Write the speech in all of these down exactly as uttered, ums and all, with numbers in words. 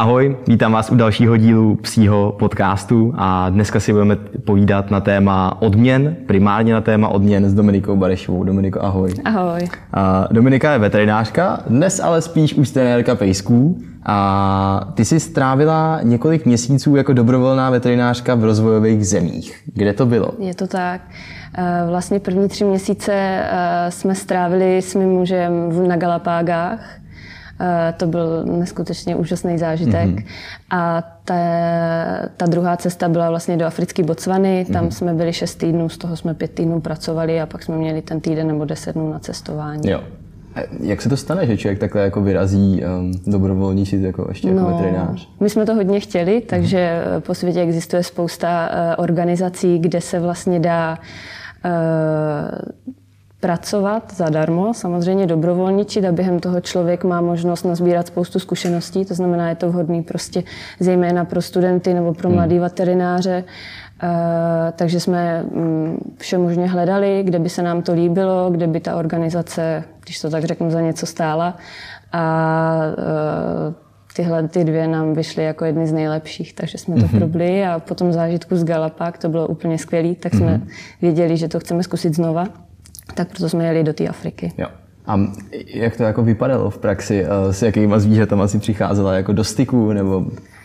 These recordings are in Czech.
Ahoj, vítám vás u dalšího dílu psího podcastu a dneska si budeme povídat na téma odměn, primárně na téma odměn s Dominikou Barešovou. Dominiko, ahoj. Ahoj. A Dominika je veterinářka, dnes ale spíš už trenérka pejsků a ty jsi strávila několik měsíců jako dobrovolná veterinářka v rozvojových zemích. Kde to bylo? Je to tak. Vlastně první tři měsíce jsme strávili s mým mužem na Galapágách. To byl neskutečně úžasný zážitek. Mm-hmm. A ta, ta druhá cesta byla vlastně do africké Botswany. Tam mm-hmm. jsme byli šest týdnů, z toho jsme pět týdnů pracovali a pak jsme měli ten týden nebo deset dnů na cestování. Jo. A jak se to stane, že člověk takhle jako vyrazí um, dobrovolničit jako ještě jako no, veterinář? My jsme to hodně chtěli, takže mm-hmm. po světě existuje spousta uh, organizací, kde se vlastně dá uh, pracovat zadarmo, samozřejmě dobrovolničit a během toho člověk má možnost nazbírat spoustu zkušeností, to znamená, je to vhodný prostě zejména pro studenty nebo pro mladý hmm. veterináře. Uh, takže jsme um, vše možně hledali, kde by se nám to líbilo, kde by ta organizace, když to tak řeknu, za něco stála. A uh, tyhle ty dvě nám vyšly jako jedny z nejlepších, takže jsme to mm-hmm. probili a po tom zážitku z Galapág to bylo úplně skvělý, tak jsme mm-hmm. věděli, že to chceme zkusit znova. Tak proto jsme jeli do té Afriky. Jo. A jak to jako vypadalo v praxi? S jakýma zvířatama si přicházela? Jako do styku nebo?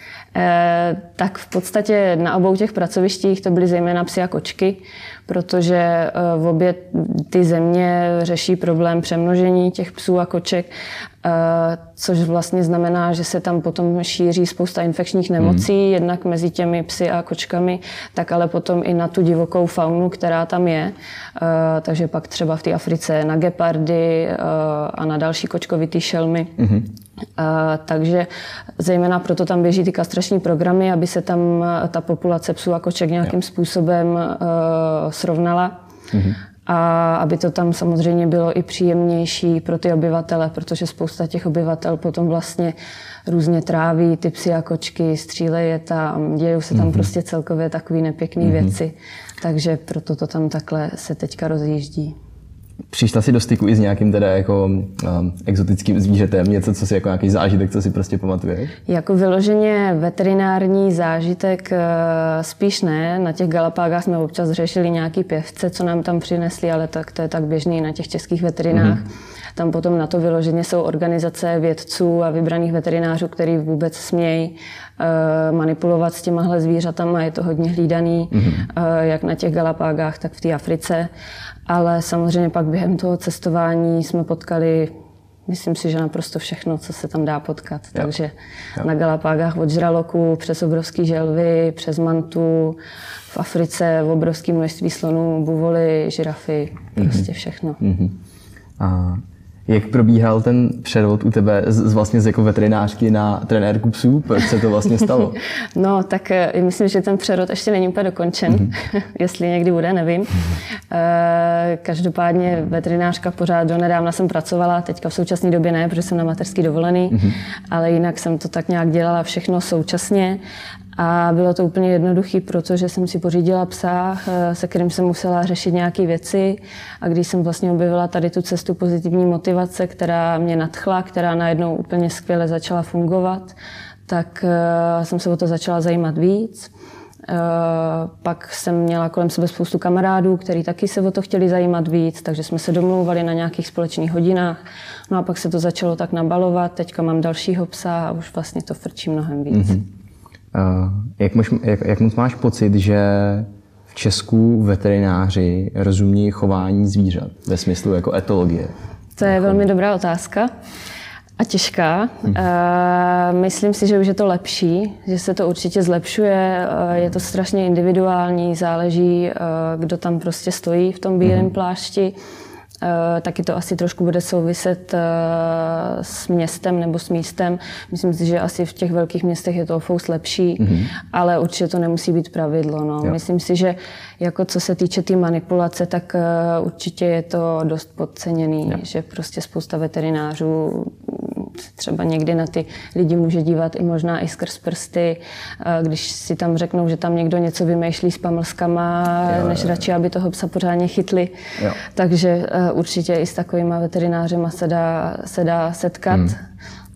Eh, tak v podstatě na obou těch pracovištích to byly zejména psy a kočky, protože eh, v obě ty země řeší problém přemnožení těch psů a koček, eh, což vlastně znamená, že se tam potom šíří spousta infekčních nemocí, mm. jednak mezi těmi psy a kočkami, tak ale potom i na tu divokou faunu, která tam je. Eh, takže pak třeba v té Africe na gepardy eh, a na další kočkovitý šelmy. Mm-hmm. Uh, takže zejména proto tam běží ty kastrační programy, aby se tam ta populace psů a koček nějakým jo. způsobem uh, srovnala. Mm-hmm. A aby to tam samozřejmě bylo i příjemnější pro ty obyvatele, protože spousta těch obyvatel potom vlastně různě tráví ty psy a kočky, střílejí je tam, dějou se tam mm-hmm. prostě celkově takové nepěkné mm-hmm. věci. Takže proto to tam takhle se teďka rozjíždí. Přišla jsi do styku i s nějakým teda jako um, exotickým zvířetem, něco, co si jako nějaký zážitek, co si prostě pamatuješ? Jako vyloženě veterinární zážitek spíš ne. Na těch Galapágách jsme občas řešili nějaký pěvce, co nám tam přinesli, ale tak to je tak běžný na těch českých veterinách. Mm-hmm. Tam potom na to vyloženě jsou organizace vědců a vybraných veterinářů, který vůbec smějí uh, manipulovat s těmahle zvířatama. Je to hodně hlídaný, mm-hmm. uh, jak na těch Galapágách, tak v té Africe. Ale samozřejmě pak během toho cestování jsme potkali, myslím si, že naprosto všechno, co se tam dá potkat. Jo. Takže jo. na Galapágách od žraloků přes obrovský želvy, přes mantu, v Africe obrovské množství slonů, buvoly, žirafy, mm-hmm. prostě všechno. Mm-hmm. A jak probíhal ten přerod u tebe z, vlastně z jako veterinářky na trenérku psů? Proč se to vlastně stalo? No, tak myslím, že ten přerod ještě není úplně dokončen. Mm-hmm. Jestli někdy bude, nevím. Mm-hmm. Každopádně veterinářka pořád donedávna jsem pracovala, teďka v současné době ne, protože jsem na mateřský dovolený, mm-hmm. ale jinak jsem to tak nějak dělala všechno současně. A bylo to úplně jednoduché, protože jsem si pořídila psa, se kterým jsem musela řešit nějaké věci. A když jsem vlastně objevila tady tu cestu pozitivní motivace, která mě nadchla, která najednou úplně skvěle začala fungovat, tak jsem se o to začala zajímat víc. Pak jsem měla kolem sebe spoustu kamarádů, kteří taky se o to chtěli zajímat víc, takže jsme se domlouvali na nějakých společných hodinách. No a pak se to začalo tak nabalovat. Teďka mám dalšího psa a už vlastně to frčí mnohem víc. Mm-hmm. Uh, jak, mož, jak, jak moc máš pocit, že v Česku veterináři rozumí chování zvířat ve smyslu jako etologie? To je velmi dobrá otázka a těžká. Hmm. Uh, myslím si, že už je to lepší, že se to určitě zlepšuje. Uh, je to strašně individuální, záleží, uh, kdo tam prostě stojí v tom bílém hmm. plášti. Uh, taky to asi trošku bude souviset uh, s městem nebo s místem. Myslím si, že asi v těch velkých městech je to o fous lepší, mm-hmm. ale určitě to nemusí být pravidlo. No. Myslím si, že jako co se týče té tý manipulace, tak uh, určitě je to dost podceněný, jo. že prostě spousta veterinářů třeba někdy na ty lidi může dívat i možná i skrz prsty, když si tam řeknou, že tam někdo něco vymýšlí s pamlskama, jo, než jo. radši, aby toho psa pořádně chytli. Jo. Takže určitě i s takovýma veterinářema se dá, se dá setkat. Hmm.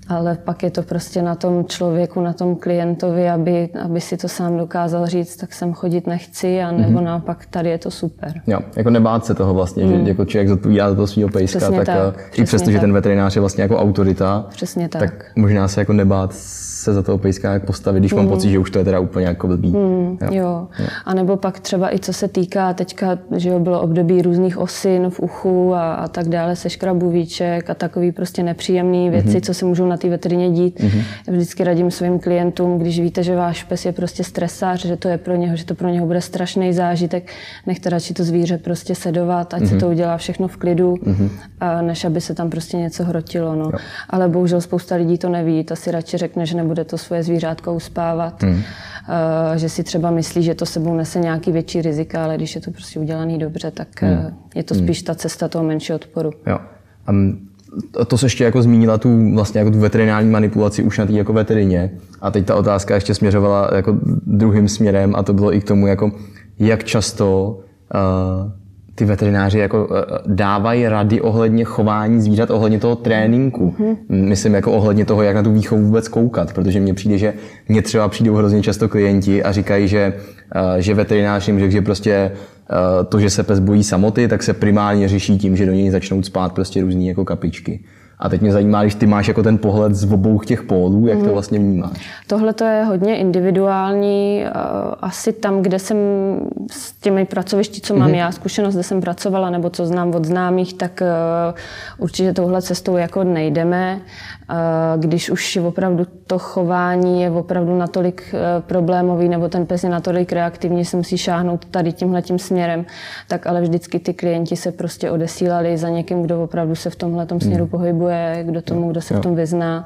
ale pak je to prostě na tom člověku, na tom klientovi, aby, aby si to sám dokázal říct, tak sem chodit nechci, a nebo mm-hmm. naopak tady je to super. Jo, jako nebát se toho vlastně, mm. že jako člověk zodpovídá za toho svýho pejska, přesně tak, tak i přesto, tak. že ten veterinář je vlastně jako autorita, přesně tak. tak možná se jako nebát se za toho pejska jak postavit, když mm. mám pocit, že už to je teda úplně jako blbý. Mm, jo. Jo. jo. A nebo pak třeba i co se týká teďka, že jo, bylo období různých osin v uchu a, a tak dále, seškrabuvíček a takový prostě nepříjemný věci, mm-hmm. co se můžou na té veterině dít. Mm-hmm. Já vždycky radím svým klientům, když víte, že váš pes je prostě stresář, že to je pro něho, že to pro něho bude strašný zážitek, nechte radši to zvíře prostě sedovat, ať mm-hmm. se to udělá všechno v klidu, mm-hmm. a než aby se tam prostě něco hrotilo. No. Ale bohužel spousta lidí to neví, to si radši řekne, že nebude to svoje zvířátko uspávat, mm. uh, že si třeba myslí, že to sebou nese nějaký větší rizika, ale když je to prostě udělaný dobře, tak mm. uh, je to spíš ta cesta toho menšího odporu. Jo. Um, to se ještě jako zmínila tu vlastně jako tu veterinární manipulaci už na té jako veterině, a teď ta otázka ještě směřovala jako druhým směrem, a to bylo i k tomu, jako jak často uh, ty veterináři jako dávají rady ohledně chování zvířat, ohledně toho tréninku. Mm-hmm. Myslím jako ohledně toho, jak na tu výchovu vůbec koukat, protože mně přijde, že mně třeba přijdou hrozně často klienti a říkají, že, že veterinář jim řekl, že prostě to, že se pes bojí samoty, tak se primárně řeší tím, že do něj začnou spát prostě různý jako kapičky. A teď mě zajímá, když ty máš jako ten pohled z obou těch pólů, jak to vlastně vnímáš? Tohle to je hodně individuální. Asi tam, kde jsem s těmi pracovišti, co mám mm-hmm. já zkušenost, kde jsem pracovala, nebo co znám od známých, tak určitě touhle cestou jako nejdeme. Když už opravdu to chování je opravdu natolik problémový, nebo ten pes je natolik reaktivní, se musí šáhnout tady tímhletím směrem, tak ale vždycky ty klienti se prostě odesílali za někým, kdo opravdu se v tomhletom směru mm. pohybuje, kdo tomu, kdo se v tom vyzná.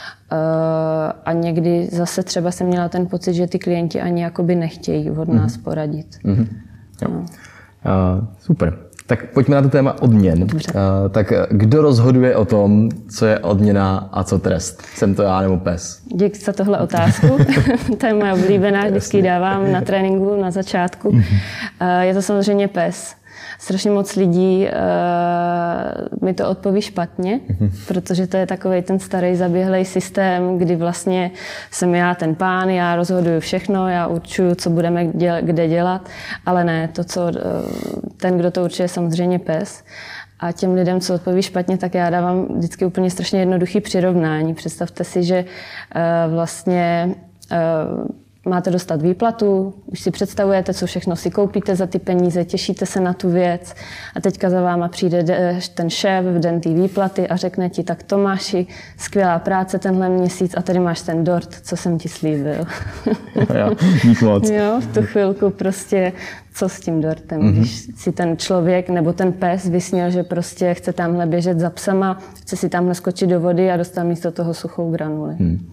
A někdy zase třeba jsem měla ten pocit, že ty klienti ani jakoby nechtějí od nás mm. poradit. Mm. Jo. No. Uh, super. Tak pojďme na to téma odměn. Uh, tak kdo rozhoduje o tom, co je odměna a co trest? Jsem to já nebo pes? Díky za tohle otázku. To je moje oblíbená, vždycky ji dávám na tréninku na začátku. Uh, je to samozřejmě pes. Strašně moc lidí uh, mi to odpoví špatně, protože to je takovej ten starý zaběhlej systém, kdy vlastně jsem já ten pán, já rozhoduju všechno, já určuju, co budeme děl- kde dělat, ale ne, to, co, uh, ten, kdo to určuje, je samozřejmě pes. A těm lidem, co odpoví špatně, tak já dávám vždycky úplně strašně jednoduchý přirovnání. Představte si, že uh, vlastně uh, máte dostat výplatu, už si představujete, co všechno si koupíte za ty peníze, těšíte se na tu věc a teďka za váma přijde ten šéf v den té výplaty a řekne ti, tak Tomáši, skvělá práce tenhle měsíc a tady máš ten dort, co jsem ti slíbil. Jo, dík moc. Jo, v tu chvilku prostě, co s tím dortem, mm-hmm. když si ten člověk nebo ten pes vysněl, že prostě chce tamhle běžet za psama, chce si tamhle skočit do vody a dostat místo toho suchou granuli. Hmm.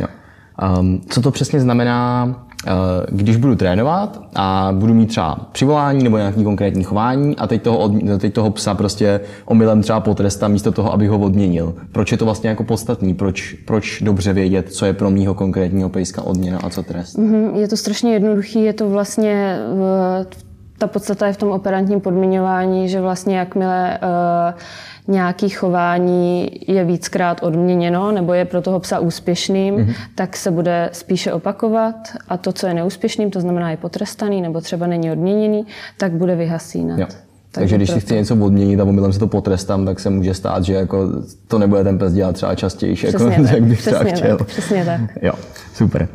Um, co to přesně znamená, uh, když budu trénovat a budu mít třeba přivolání nebo nějaký konkrétní chování a teď toho, od, teď toho psa prostě omylem třeba potrestám místo toho, abych ho odměnil. Proč je to vlastně jako podstatný? Proč, proč dobře vědět, co je pro mýho konkrétního pejska odměna a co trest? Mm-hmm, je to strašně jednoduchý, je to vlastně... Uh, ta podstata je v tom operantním podmiňování, že vlastně jakmile uh, nějaké chování je víckrát odměněno nebo je pro toho psa úspěšným, mm-hmm. tak se bude spíše opakovat a to, co je neúspěšným, to znamená je potrestaný nebo třeba není odměněný, tak bude vyhasínat. Jo. Takže když si chci něco odměnit a omylem se to potrestám, tak se může stát, že jako to nebude ten pes dělat třeba častěji, jako, jak bych třeba chtěl. Tak, přesně tak. Jo, super.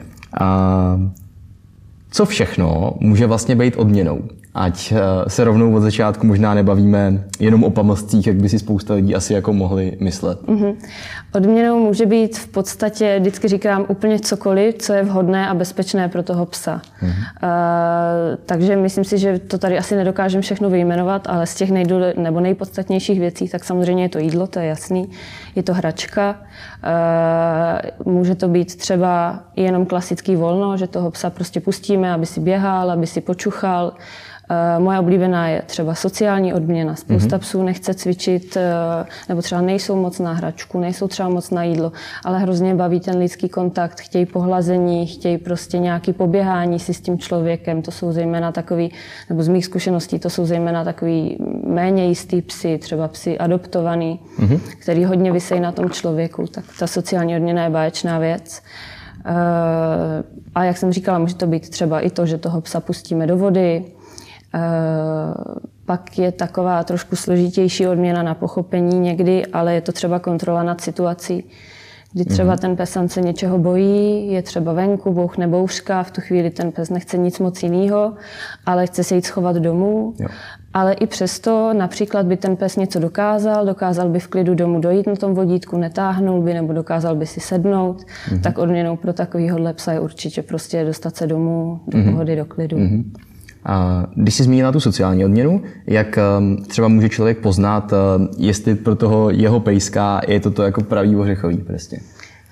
A co všechno může vlastně být odměnou? Ať se rovnou od začátku možná nebavíme jenom o pamlscích, jak by si spousta lidí asi jako mohli myslet. Mm-hmm. Odměnou může být v podstatě, vždycky říkám, úplně cokoliv, co je vhodné a bezpečné pro toho psa. Mm-hmm. Uh, takže myslím si, že to tady asi nedokážeme všechno vyjmenovat, ale z těch nejdůle, nebo nejpodstatnějších věcí, tak samozřejmě je to jídlo, to je jasný. Je to hračka. Uh, může to být třeba jenom klasický volno, že toho psa prostě pustíme, aby si běhal, aby si počuchal. Uh, moje oblíbená je třeba sociální odměna. Spousta mm-hmm. psů nechce cvičit, uh, nebo třeba nejsou moc na hračku, nejsou třeba moc na jídlo, ale hrozně baví ten lidský kontakt, chtějí pohlazení, chtějí prostě nějaké poběhání si s tím člověkem. To jsou zejména takový, nebo z mých zkušeností, to jsou zejména takový méně jistý psy, třeba psy adoptovaný, mm-hmm. který hodně visejí na tom člověku, tak ta sociální odměna je báječná věc. A jak jsem říkala, může to být třeba i to, že toho psa pustíme do vody. Pak je taková trošku složitější odměna na pochopení někdy, ale je to třeba kontrola nad situací, kdy třeba ten pes se něčeho bojí, je třeba venku, bouchne bouřka, v tu chvíli ten pes nechce nic moc jiného, ale chce se jít schovat domů. Jo. Ale i přesto například by ten pes něco dokázal, dokázal by v klidu domů dojít na tom vodítku, netáhnul by nebo dokázal by si sednout, mm-hmm. tak odměnou pro takovýhohle psa je určitě prostě dostat se domů, do mm-hmm. pohody, do klidu. Mm-hmm. A když jsi zmínila tu sociální odměnu, jak třeba může člověk poznat, jestli pro toho jeho pejska je to to jako pravý ořechový prostě?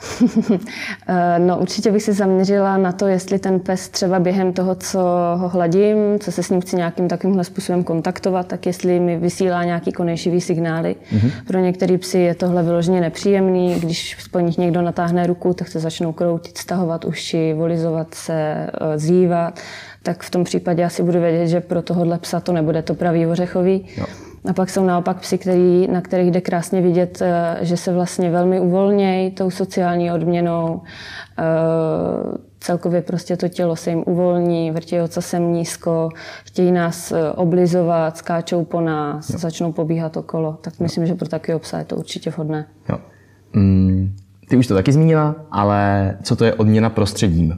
No určitě bych si zaměřila na to, jestli ten pes třeba během toho, co ho hladím, co se s ním chci nějakým takovýmhle způsobem kontaktovat, tak jestli mi vysílá nějaký konejšivý signály. Mm-hmm. Pro některé psy je tohle vyloženě nepříjemný, když po nich někdo natáhne ruku, tak se začnou kroutit, stahovat uši, volizovat se, zývat, tak v tom případě asi budu vědět, že pro tohohle psa to nebude to pravý ořechový. Jo. A pak jsou naopak psi, který, na kterých jde krásně vidět, že se vlastně velmi uvolnějí tou sociální odměnou. Celkově prostě to tělo se jim uvolní, vrtějí ocasem nízko, chtějí nás oblizovat, skáčou po nás, jo. začnou pobíhat okolo. Tak myslím, jo. že pro takového psa je to určitě vhodné. Jo. Mm, ty už to taky zmínila, ale co to je odměna prostředím?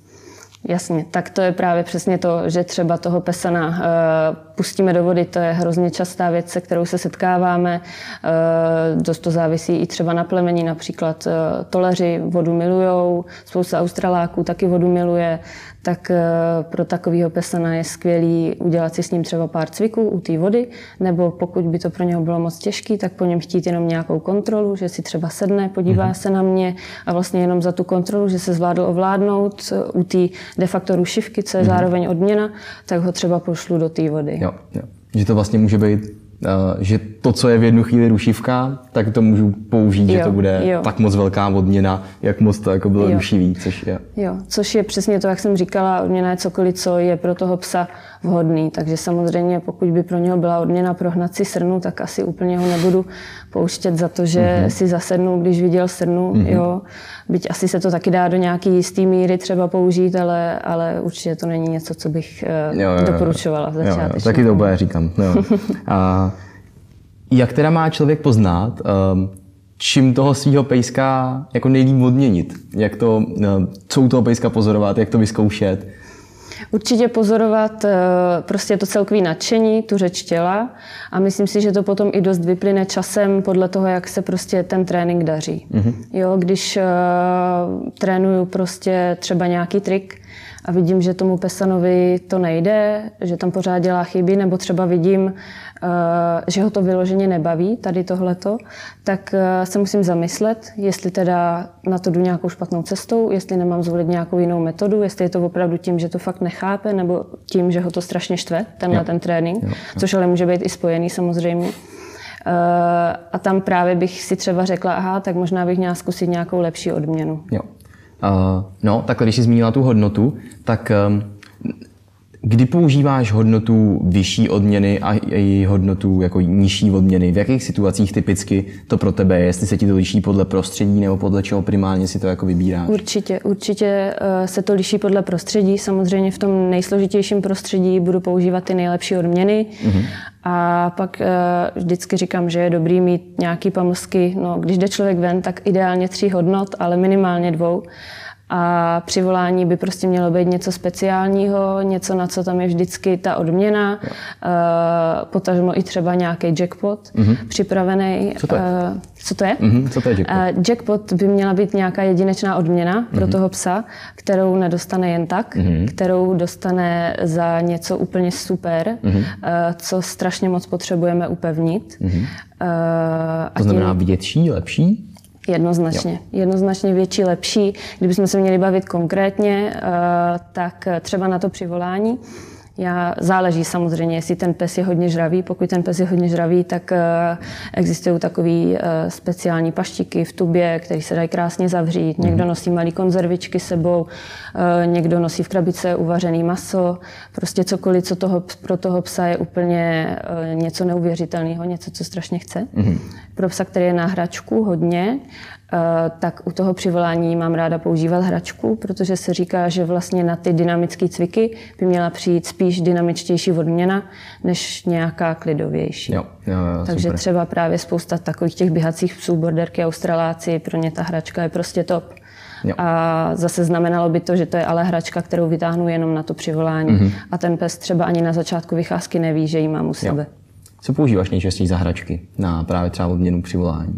Jasně, tak to je právě přesně to, že třeba toho pesana uh, pustíme do vody, to je hrozně častá věc, se kterou se setkáváme. Uh, dost to závisí i třeba na plemeni, například uh, toleři vodu milujou, spousta Australáků taky vodu miluje, tak uh, pro takového pesana je skvělý udělat si s ním třeba pár cviků u té vody, nebo pokud by to pro něho bylo moc těžké, tak po něm chtít jenom nějakou kontrolu, že si třeba sedne, podívá mm-hmm. se na mě a vlastně jenom za tu kontrolu, že se zvládl ovládnout u té de facto rušivky, co je mm-hmm. zároveň odměna, tak ho třeba pošlu do té vody. Jo, jo. Že to vlastně může být, uh, že to, co je v jednu chvíli rušivka, tak to můžu použít, jo, že to bude jo. tak moc velká odměna, jak moc to jako bylo jo. rušivý. Což je. Jo, což je přesně to, jak jsem říkala, odměna je cokoliv, co je pro toho psa vhodný. Takže samozřejmě, pokud by pro něho byla odměna prohnat si srnu, tak asi úplně ho nebudu pouštět za to, že mm-hmm. si zasednu, když viděl srnu. Mm-hmm. Jo. Byť asi se to taky dá do nějaký jistý míry třeba použít, ale, ale určitě to není něco, co bych uh, jo, jo, doporučovala v začátku. Jo, jo, taky to úplně říkám. Jo. A jak teda má člověk poznat, um, čím toho svého pejska jako nejlíp odměnit? Jak to, um, co u toho pejska pozorovat, jak to vyzkoušet? Určitě pozorovat prostě to celkový nadšení, tu řeč těla a myslím si, že to potom i dost vyplyne časem podle toho, jak se prostě ten trénink daří. Mm-hmm. Jo, když uh, trénuju prostě třeba nějaký trik a vidím, že tomu pesanovi to nejde, že tam pořád dělá chyby, nebo třeba vidím, uh, že ho to vyloženě nebaví, tady tohleto, tak uh, se musím zamyslet, jestli teda na to jdu nějakou špatnou cestou, jestli nemám zvolit nějakou jinou metodu, jestli je to opravdu tím, že to fakt nechápe, nebo tím, že ho to strašně štve, tenhle jo. ten trénink, jo, jo. což ale může být i spojený samozřejmě. Uh, a tam právě bych si třeba řekla, aha, tak možná bych měla zkusit nějakou lepší odměnu. Jo. Uh, no, takhle, když jsi zmínila tu hodnotu, tak um, kdy používáš hodnotu vyšší odměny a i hodnotu jako nižší odměny? V jakých situacích typicky to pro tebe je? Jestli se ti to liší podle prostředí nebo podle čeho primárně si to jako vybíráš? Určitě, určitě se to liší podle prostředí. Samozřejmě v tom nejsložitějším prostředí budu používat ty nejlepší odměny. Mm-hmm. A pak vždycky říkám, že je dobrý mít nějaký pamlsky. No, když jde člověk ven, tak ideálně tří hodnot, ale minimálně dvou. A při volání by prostě mělo být něco speciálního, něco, na co tam je vždycky ta odměna, uh, potažmo i třeba nějaký jackpot mm-hmm. připravený. Co to je? Uh, co to je? Mm-hmm. Co to je jackpot? Uh, jackpot by měla být nějaká jedinečná odměna mm-hmm. pro toho psa, kterou nedostane jen tak, mm-hmm. kterou dostane za něco úplně super, mm-hmm. uh, co strašně moc potřebujeme upevnit. Mm-hmm. Uh, to znamená tím... větší, lepší? Jednoznačně. Jo. Jednoznačně větší, lepší. Kdybychom se měli bavit konkrétně, tak třeba na to přivolání, Já, záleží samozřejmě, jestli ten pes je hodně žravý. Pokud ten pes je hodně žravý, tak uh, existují takové uh, speciální paštiky v tubě, které se dají krásně zavřít. Mm. Někdo nosí malé konzervičky sebou, uh, někdo nosí v krabice uvařený maso. Prostě cokoliv, co toho, pro toho psa je úplně uh, něco neuvěřitelného, něco, co strašně chce. Mm. Pro psa, který je na hračku hodně, tak u toho přivolání mám ráda používat hračku, protože se říká, že vlastně na ty dynamické cviky by měla přijít spíš dynamičtější odměna, než nějaká klidovější. Jo, jo, jo, Takže super. třeba právě spousta takových těch běhacích psů, borderky, australáci, pro ně ta hračka je prostě top. Jo. A zase znamenalo by to, že to je ale hračka, kterou vytáhnu jenom na to přivolání. Mm-hmm. A ten pes třeba ani na začátku vycházky neví, že ji mám u sebe. Jo. Co používáš nejčastěji za hračky na právě třeba odměnu přivolání?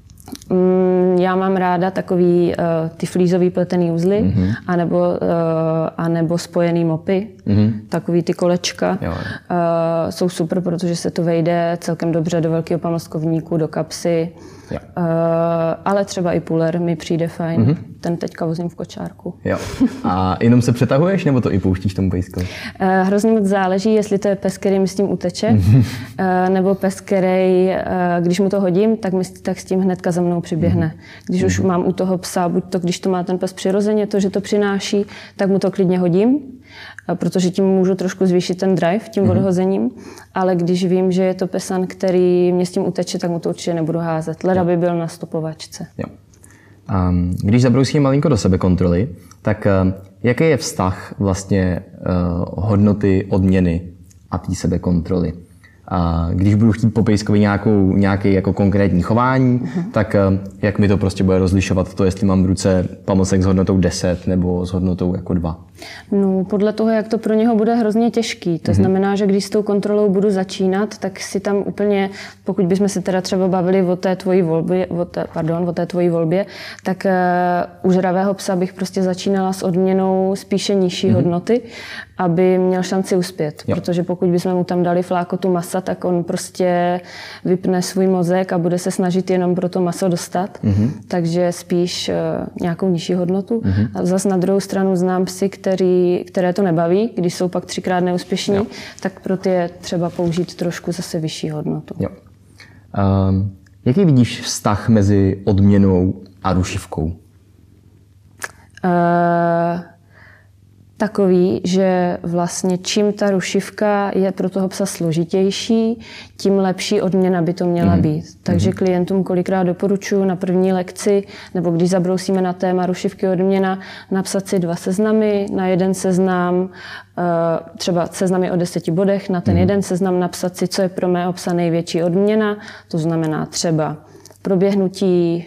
Já mám ráda takový uh, ty flízový pletený uzly, mm-hmm. anebo, uh, anebo spojený mopy, mm-hmm. takový ty kolečka. Jo. Uh, jsou super, protože se to vejde celkem dobře do velkého pamlskovníku, do kapsy. Uh, ale třeba i puller mi přijde fajn. Mm-hmm. Ten teďka vozím v kočárku. Jo. A jenom se přetahuješ, nebo to i pouštíš tomu pejskovi? Uh, hrozně moc záleží, jestli to je pes, který mi s tím uteče, mm-hmm. uh, nebo pes, který, uh, když mu to hodím, tak, mi, tak s tím hnedka za mnou přiběhne. Mm-hmm. Když mm-hmm. už mám u toho psa, buď to, když to má ten pes přirozeně, to, že to přináší, tak mu to klidně hodím, protože tím můžu trošku zvýšit ten drive tím mm-hmm. odhozením, ale když vím, že je to pesan, který mě s tím uteče, tak mu to určitě nebudu házet. Leda by byl na stopovačce. Jo. Um, když zabrousím malinko do sebe kontroly, tak uh, jaký je vztah vlastně uh, hodnoty odměny a té sebekontroly? A když budu chtít po pejskovi nějakou, nějaké jako konkrétní chování, uh-huh. tak jak mi to prostě bude rozlišovat to, jestli mám v ruce pamlsek s hodnotou deset nebo s hodnotou jako dva? No, podle toho, jak to pro něho bude hrozně těžký. To uh-huh. znamená, že když s tou kontrolou budu začínat, tak si tam úplně, pokud bychom se teda třeba bavili o té tvojí volbě, o té, pardon, o té tvojí volbě, tak uh, u žravého psa bych prostě začínala s odměnou spíše nižší uh-huh. hodnoty, aby měl šanci uspět. Jo. Protože pokud bychom mu tam dali flákotu masa, tak on prostě vypne svůj mozek a bude se snažit jenom pro to maso dostat. Mm-hmm. Takže spíš uh, nějakou nižší hodnotu. Mm-hmm. A zase na druhou stranu znám psy, který, které to nebaví, když jsou pak třikrát neúspěšní, jo. tak pro ty je třeba použít trošku zase vyšší hodnotu. Jo. Um, jaký vidíš vztah mezi odměnou a rušivkou? Uh, Takový, že vlastně čím ta rušivka je pro toho psa složitější, tím lepší odměna by to měla mm. být. Takže mm. klientům kolikrát doporučuji na první lekci, nebo když zabrousíme na téma rušivky odměna, napsat si dva seznamy, na jeden seznam třeba seznamy o deseti bodech, na ten mm. jeden seznam napsat si, co je pro mého psa největší odměna, to znamená třeba proběhnutí,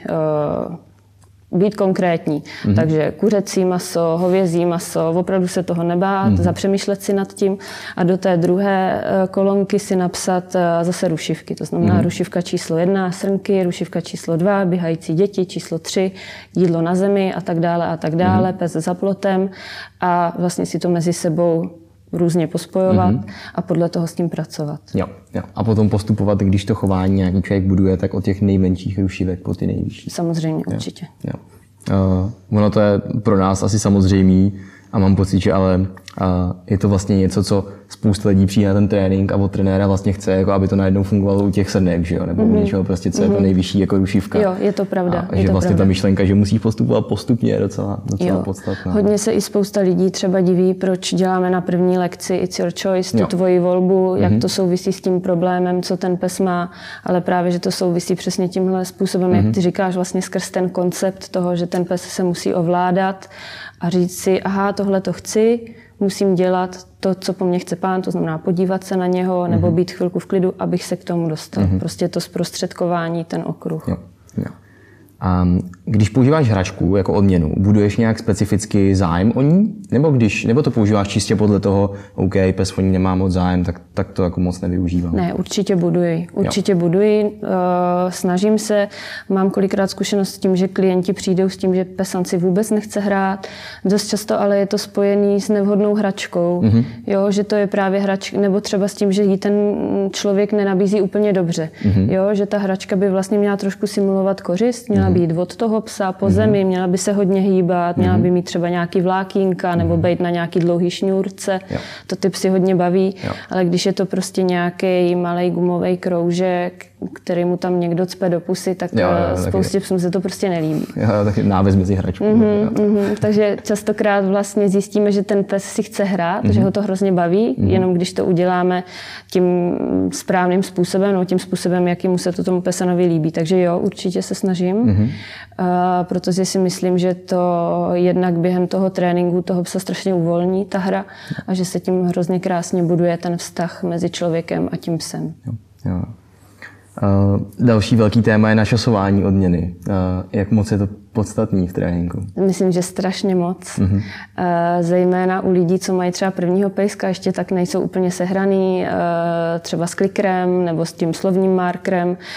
být konkrétní. Mm-hmm. Takže kuřecí maso, hovězí maso, opravdu se toho nebát, mm-hmm. zapřemýšlet si nad tím a do té druhé kolonky si napsat zase rušivky. To znamená mm-hmm. rušivka číslo jedna, srnky, rušivka číslo dva, běhající děti, číslo tři, jídlo na zemi a tak dále a tak dále, mm-hmm. pes za plotem a vlastně si to mezi sebou různě pospojovat mm-hmm. a podle toho s tím pracovat. Jo, jo. A potom postupovat, když to chování nějaký člověk buduje, tak od těch nejmenších rušivek po ty nejvyšší. Samozřejmě, jo. určitě. Jo. Uh, ono to je pro nás asi samozřejmý a mám pocit, že ale uh, je to vlastně něco, co spousta lidí přijde na ten trénink a od trenéra vlastně chce, jako aby to najednou fungovalo u těch srnek, že jo? Nebo mm-hmm. u něčeho prostě, co mm-hmm. je to nejvyšší jako rušivka. Jo, je to pravda. A je že to vlastně pravda. ta myšlenka, že musí postupovat postupně, je docela, docela podstatná. Hodně se i spousta lidí třeba diví, proč děláme na první lekci It's Your Choice, tu jo. tvoji volbu, mm-hmm. jak to souvisí s tím problémem, co ten pes má, ale právě, že to souvisí přesně tímhle způsobem, mm-hmm. jak ty říkáš, vlastně skrz ten koncept toho, že ten pes se musí ovládat a říct si, aha, tohle to chci, musím dělat to, co po mně chce pán, to znamená podívat se na něho nebo být chvilku v klidu, abych se k tomu dostal. Mm-hmm. Prostě to zprostředkování, ten okruh. Jo, jo. A když používáš hračku jako odměnu, buduješ nějak specifický zájem o ní? Nebo, když, nebo to používáš čistě podle toho, OK, pes o ní nemá moc zájem, tak, tak to jako moc nevyužívám? Ne, určitě buduji. Určitě jo. buduji. Uh, snažím se. Mám kolikrát zkušenost s tím, že klienti přijdou s tím, že pesan si vůbec nechce hrát. Dost často ale je to spojený s nevhodnou hračkou. Mm-hmm. Jo, že to je právě hračka, nebo třeba s tím, že jí ten člověk nenabízí úplně dobře. Mm-hmm. Jo, že ta hračka by vlastně měla trošku simulovat kořist, měla měla být od toho psa po zemi, měla by se hodně hýbat, měla by mít třeba nějaký vlákínka nebo být na nějaký dlouhý šňůrce. Jo. To ty psy hodně baví, jo. Ale když je to prostě nějaký malej gumový kroužek, který mu tam někdo cpe do pusy, tak jo, jo, spoustě psům se to prostě nelíbí. Jo, taky náves mezi hračku. Mm-hmm, mm-hmm. Takže častokrát vlastně zjistíme, že ten pes si chce hrát, mm-hmm. že ho to hrozně baví, mm-hmm. jenom když to uděláme tím správným způsobem, no tím způsobem, jaký mu se to tomu pesanovi líbí. Takže jo, určitě se snažím, mm-hmm. uh, protože si myslím, že to jednak během toho tréninku toho psa strašně uvolní, ta hra, a že se tím hrozně krásně buduje ten vztah mezi člověkem a tím psem. Jo, jo. Uh, další velký téma je načasování odměny. Uh, jak moc je to podstatný v tréninku? Myslím, že strašně moc. Mm-hmm. Uh, zejména u lidí, co mají třeba prvního pejska, ještě tak nejsou úplně sehraný, uh, třeba s klikrem nebo s tím slovním markerem. Uh,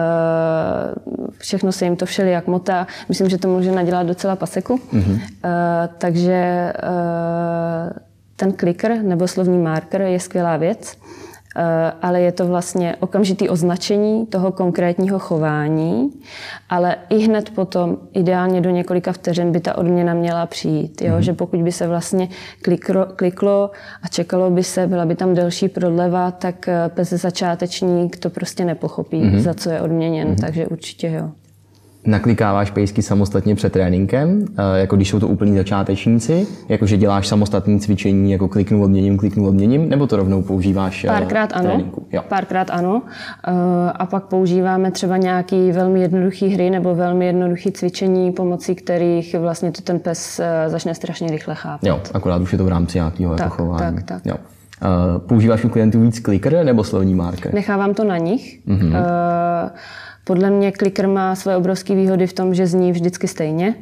všechno se jim to všelijak motá. Myslím, že to může nadělat docela paseku. Mm-hmm. Uh, takže uh, ten klikr nebo slovní marker je skvělá věc. Ale je to vlastně okamžitý označení toho konkrétního chování, ale i hned potom, ideálně do několika vteřin, by ta odměna měla přijít. Jo? Mm-hmm. Že pokud by se vlastně kliklo, kliklo a čekalo by se, byla by tam delší prodleva, tak pes začátečník to prostě nepochopí, mm-hmm. za co je odměněn, mm-hmm. takže určitě jo. Naklikáváš pejsky samostatně před tréninkem, jako když jsou to úplní začátečníci, jakože děláš samostatné cvičení, jako kliknu odměním, kliknu odměním, nebo to rovnou používáš Párkrát v tréninku? Ano, jo. Párkrát ano. A pak používáme třeba nějaký velmi jednoduchý hry nebo velmi jednoduchý cvičení, pomocí kterých vlastně to ten pes začne strašně rychle chápat. Jo, akorát už je to v rámci nějakého tak, jako chování. Tak, tak. Jo. Používáš u klientů víc klikr nebo slovní marker? Nechávám to na nich. Mm-hmm. Uh, Podle mě klikr má své obrovské výhody v tom, že zní vždycky stejně.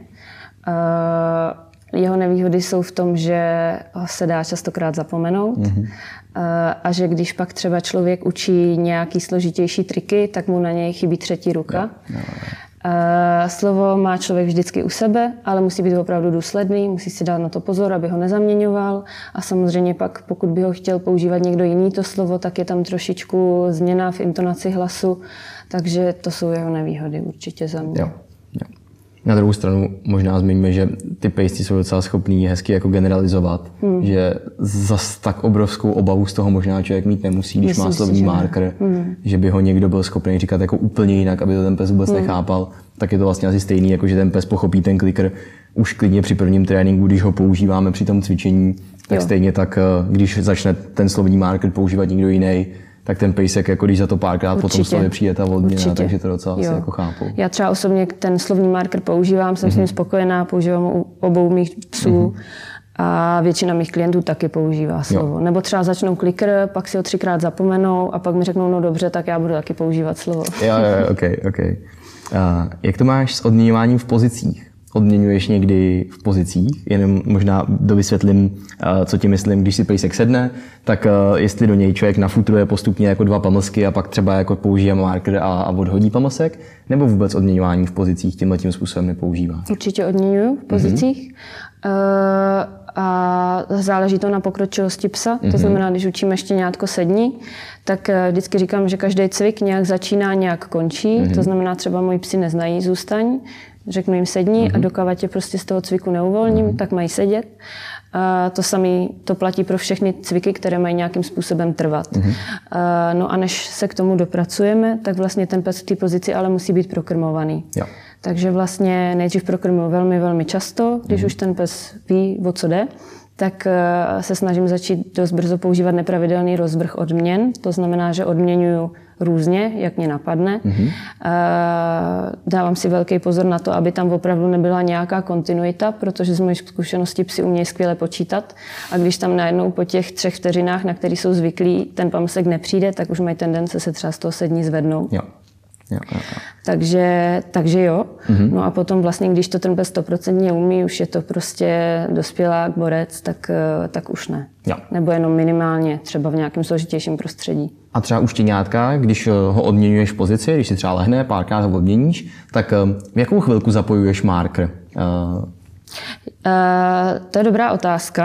Jeho nevýhody jsou v tom, že se dá častokrát zapomenout mm-hmm. a že když pak třeba člověk učí nějaký složitější triky, tak mu na něj chybí třetí ruka. Jo, jo, jo. Slovo má člověk vždycky u sebe, ale musí být opravdu důsledný, musí si dát na to pozor, aby ho nezaměňoval. A samozřejmě pak, pokud by ho chtěl používat někdo jiný to slovo, tak je tam trošičku změna v intonaci hlasu. Takže to jsou jeho nevýhody určitě za mě. Jo, jo. Na druhou stranu možná zmiňme, že ty pejsci jsou docela schopný hezky jako generalizovat, hmm. že zas tak obrovskou obavu z toho možná člověk mít nemusí, když Myslím má slovní si, marker, hmm. že by ho někdo byl schopný říkat jako úplně jinak, aby to ten pes vůbec hmm. nechápal, tak je to vlastně asi stejný, jako že ten pes pochopí ten klikr už klidně při prvním tréninku, když ho používáme při tom cvičení, tak jo. Stejně tak, když začne ten slovní marker používat někdo jiný, tak ten pejsek, jako když za to párkrát Určitě. Potom slově přijde ta odměna, takže to docela asi jako chápu. Já třeba osobně ten slovní marker používám, jsem mm-hmm. s ním spokojená, používám u obou mých psů mm-hmm. a většina mých klientů taky používá slovo. Jo. Nebo třeba začnou klikr, pak si ho třikrát zapomenou a pak mi řeknou, no dobře, tak já budu taky používat slovo. Jo, jo, ok, ok. A jak to máš s odměňováním v pozicích? Odměňuješ někdy v pozicích, jenom možná dovysvětlím, co ti myslím, když si pejsek sedne, tak jestli do něj člověk nafutruje postupně jako dva pamlsky a pak třeba jako použije marker a, a odhodí pamlsek, nebo vůbec odměňování v pozicích tímhletím způsobem nepoužívá? Určitě odměňuju v pozicích. Mm-hmm. Uh, a záleží to na pokročilosti psa, to mm-hmm. znamená, když učíme štěňátko sedni, tak vždycky říkám, že každý cvik nějak začíná, nějak končí, mm-hmm. to znamená třeba moji psi neznají zůstaň, řeknu jim sedni mm-hmm. a dokud tě prostě z toho cviku neuvolním, mm-hmm. tak mají sedět. A to samé to platí pro všechny cviky, které mají nějakým způsobem trvat. Mm-hmm. A no a než se k tomu dopracujeme, tak vlastně ten pes v té pozici ale musí být prokrmovaný. Jo. Takže vlastně nejdřív prokrmuju velmi, velmi často, když mm-hmm. už ten pes ví, o co jde, tak se snažím začít dost brzo používat nepravidelný rozvrh odměn. To znamená, že odměňuju různě, jak mě napadne. Mm-hmm. Dávám si velký pozor na to, aby tam opravdu nebyla nějaká kontinuita, protože z mojí zkušenosti psi umějí skvěle počítat. A když tam najednou po těch třech vteřinách, na který jsou zvyklí, ten pamlsek nepřijde, tak už mají tendence se třeba z toho sední zvednout. Jo. Jo, jo, jo. Takže, takže jo. Mm-hmm. No a potom vlastně, když to ten pes stoprocentně umí, už je to prostě dospělák, borec, tak, tak už ne. Jo. Nebo jenom minimálně, třeba v nějakém složitějším prostředí. A třeba u štěňátka, když ho odměňuješ v pozici, když si třeba lehne, párkrát ho odměníš, tak v jakou chvilku zapojuješ marker? Uh... Uh, to je dobrá otázka.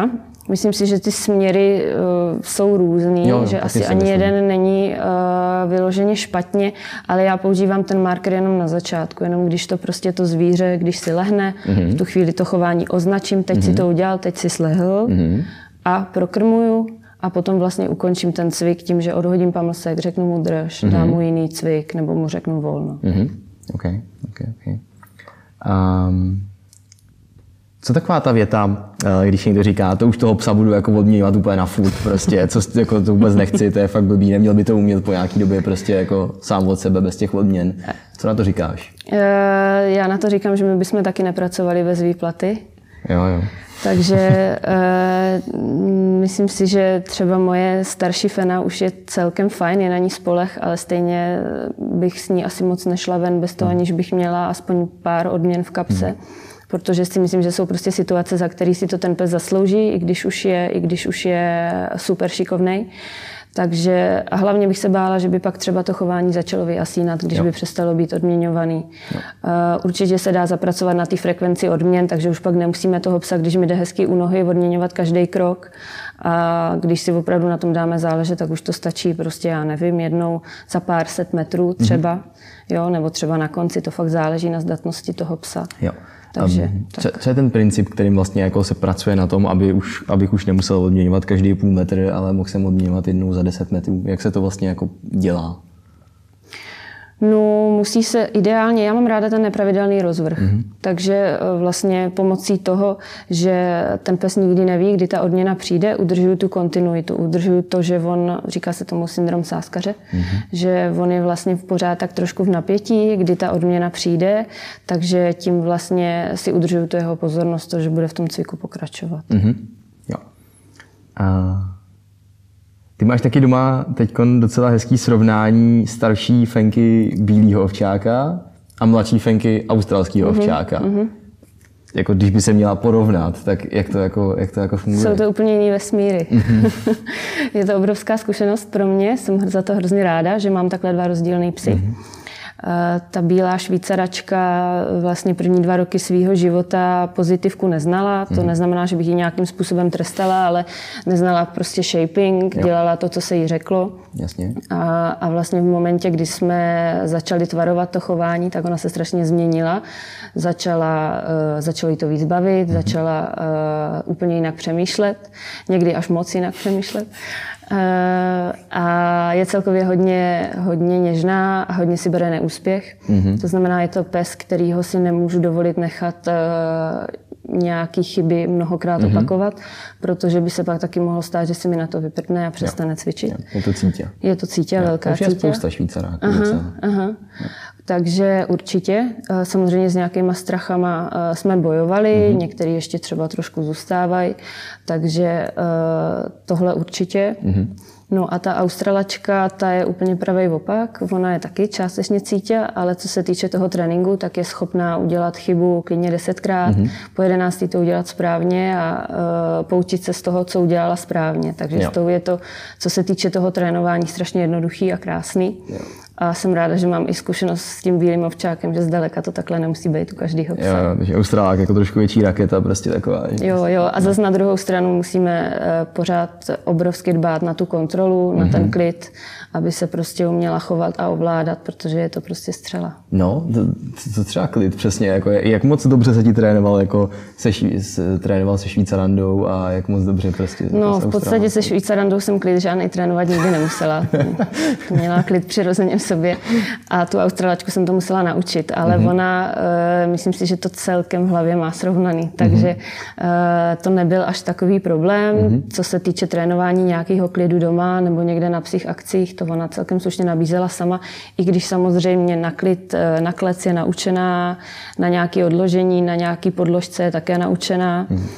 Myslím si, že ty směry uh, jsou různý, jo, že asi ani myslím. jeden není uh, vyloženě špatně, ale já používám ten marker jenom na začátku, jenom když to prostě to zvíře, když si lehne, mm-hmm. v tu chvíli to chování označím, teď mm-hmm. si to udělal, teď si slehl mm-hmm. a prokrmuju a potom vlastně ukončím ten cvik tím, že odhodím pamlsek, řeknu mu drž, mm-hmm. dám mu jiný cvik nebo mu řeknu volno. Mm-hmm. Okay, okay, okay. Um... Co taková ta věta, když někdo říká, to už toho psa budu jako odměňovat úplně na furt, prostě, co jako to vůbec nechci, to je fakt blbý, neměl by to umět po nějaký době prostě jako sám od sebe, bez těch odměn. Co na to říkáš? Já na to říkám, že my bychom taky nepracovali bez výplaty. Jo, jo. Takže myslím si, že třeba moje starší Fena už je celkem fajn, je na ní spoleh, ale stejně bych s ní asi moc nešla ven bez toho, aniž bych měla aspoň pár odměn v kapse. Hmm. Protože si myslím, že jsou prostě situace, za které si to ten pes zaslouží, i když už je, i když už je super šikovnej. Takže a hlavně bych se bála, že by pak třeba to chování začalo vyasínat, když jo. by přestalo být odměňovaný. Jo. Určitě se dá zapracovat na té frekvenci odměn, takže už pak nemusíme toho psa, když mi jde hezky u nohy, odměňovat každý krok. A když si opravdu na tom dáme záležet, tak už to stačí prostě, já nevím, jednou za pár set metrů třeba, mm-hmm. jo, nebo třeba na konci, to fakt záleží na zdatnosti toho psa. Jo. Takže, co, co je ten princip, kterým vlastně jako se pracuje na tom, aby už, abych už nemusel odměňovat každý půl metr, ale mohl jsem odměňovat jednou za deset metrů? Jak se to vlastně jako dělá? No, musí se ideálně, já mám ráda ten nepravidelný rozvrh, mm-hmm. takže vlastně pomocí toho, že ten pes nikdy neví, kdy ta odměna přijde, udržuju tu kontinuitu, udržuju to, že on, říká se tomu syndrom sáskaře, mm-hmm. že on je vlastně pořád tak trošku v napětí, kdy ta odměna přijde, takže tím vlastně si udržuju tu jeho pozornost, to, že bude v tom cviku pokračovat. Mm-hmm. Jo. A... Ty máš taky doma teď docela hezký srovnání starší Fenky bílého ovčáka a mladší Fenky australského mm-hmm. ovčáka. Mm-hmm. Jako když by se měla porovnat, tak jak to jako, jak to jako funguje? Jsou to úplně jiný vesmíry. Mm-hmm. Je to obrovská zkušenost pro mě, jsem za to hrozně ráda, že mám takhle dva rozdílné psy. Mm-hmm. Ta bílá švýcaračka vlastně první dva roky svého života pozitivku neznala. To mm. neznamená, že bych ji nějakým způsobem trestala, ale neznala prostě shaping, jo. dělala to, co se jí řeklo. Jasně. A, a vlastně v momentě, kdy jsme začali tvarovat to chování, tak ona se strašně změnila. Začala, uh, začalo jí to víc bavit, mm. začala uh, úplně jinak přemýšlet, někdy až moc jinak přemýšlet. Uh, a je celkově hodně, hodně něžná a hodně si bere neúspěch. Mm-hmm. To znamená, je to pes, kterýho si nemůžu dovolit nechat uh, nějaký chyby mnohokrát mm-hmm. opakovat, protože by se pak taky mohlo stát, že si mi na to vyprdne a přestane jo. cvičit. Jo. Je to cítě. Je to cítě, velká cítě. Už je spousta Švýcaráků. Aha, aha. Takže určitě, samozřejmě s nějakýma strachama jsme bojovali, mm-hmm. některý ještě třeba trošku zůstávají, takže tohle určitě. Mm-hmm. No a ta Australačka, ta je úplně pravý opak, ona je taky částečně cítě, ale co se týče toho tréninku, tak je schopná udělat chybu klidně desetkrát, mm-hmm. po jedenáctý to udělat správně a uh, poučit se z toho, co udělala správně. Takže jo. s tou je to, co se týče toho trénování, strašně jednoduchý a krásný. Jo. A jsem ráda, že mám i zkušenost s tím bílým ovčákem, že zdaleka to takhle nemusí být u každého psa. Jo, takže Australák jako trošku větší raketa, prostě taková. Jo, jo. A zase na druhou stranu musíme pořád obrovsky dbát na tu kontrolu, mm-hmm. na ten klid, aby se prostě uměla chovat a ovládat, protože je to prostě střela. No, to, to třeba klid, přesně. Jako jak moc dobře se ti trénoval, jako se, s, trénoval se Švýcarandou a jak moc dobře prostě. No, v podstatě se Švýcarandou jsem klid žádnej trénovat nikdy nemusela. Měla klid přirozeně v sobě a tu Australačku jsem to musela naučit, ale mm-hmm. ona, uh, myslím si, že to celkem v hlavě má srovnaný, takže uh, to nebyl až takový problém. Mm-hmm. Co se týče trénování nějakého klidu doma nebo někde na psích akcích, to ona celkem slušně nabízela sama, i když samozřejmě na klid, na klec je naučená, na nějaké odložení, na nějaké podložce je také naučená, mm. uh,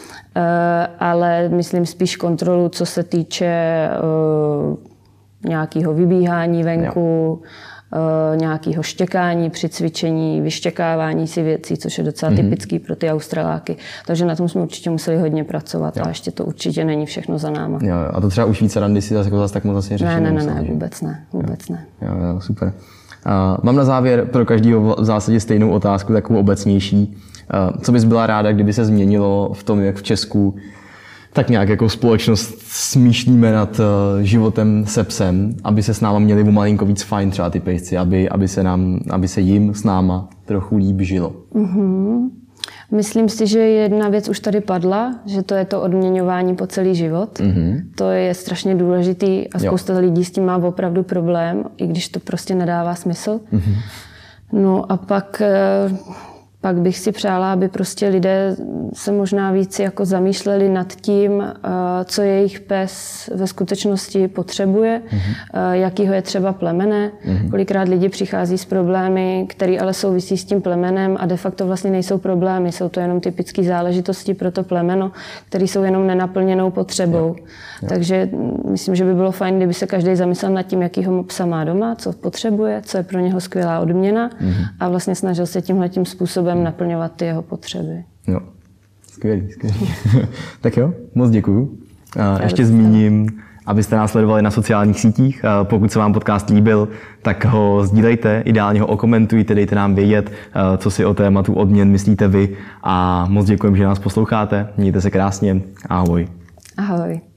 ale myslím spíš kontrolu, co se týče uh, nějakého vybíhání venku, uh, nějakého štěkání při cvičení, vyštěkávání si věcí, což je docela mm-hmm. typický pro ty Australáky. Takže na tom jsme určitě museli hodně pracovat jo. a ještě to určitě není všechno za náma. Jo, a to třeba u Švýcarandy si zase, jako zase tak moc asi řešit Ne, ne, ne, ne, vůbec ne, vůbec jo. ne. Jo, jo, super. Uh, mám na závěr pro každého v zásadě stejnou otázku, takovou obecnější. Uh, co bys byla ráda, kdyby se změnilo v tom, jak v Česku tak nějak jako společnost smýšlíme nad životem se psem, aby se s náma měli o malinko víc fajn třeba ty pejsci, aby, aby, se nám, aby se jim s náma trochu líp žilo. Mm-hmm. Myslím si, že jedna věc už tady padla, že to je to odměňování po celý život. Mm-hmm. To je strašně důležitý a spousta jo. lidí s tím má opravdu problém, i když to prostě nedává smysl. Mm-hmm. No a pak... Pak bych si přála, aby prostě lidé se možná víc jako zamýšleli nad tím, co jejich pes ve skutečnosti potřebuje, mm-hmm. jakýho je třeba plemene. Mm-hmm. Kolikrát lidi přichází s problémy, které ale souvisí s tím plemenem a de facto vlastně nejsou problémy, jsou to jenom typické záležitosti pro to plemeno, které jsou jenom nenaplněnou potřebou. Jo. Jo. Takže myslím, že by bylo fajn, kdyby se každý zamyslel nad tím, jakýho psa má doma, co potřebuje, co je pro něho skvělá odměna mm-hmm. a vlastně snažil se tímhletím způsobem naplňovat ty jeho potřeby. Jo, skvělý, skvělý. Tak jo, moc děkuju. A ještě zmíním, abyste nás sledovali na sociálních sítích. A pokud se vám podcast líbil, tak ho sdílejte, ideálně ho okomentujte, dejte nám vědět, co si o tématu odměn myslíte vy. A moc děkujem, že nás posloucháte. Mějte se krásně. Ahoj. Ahoj.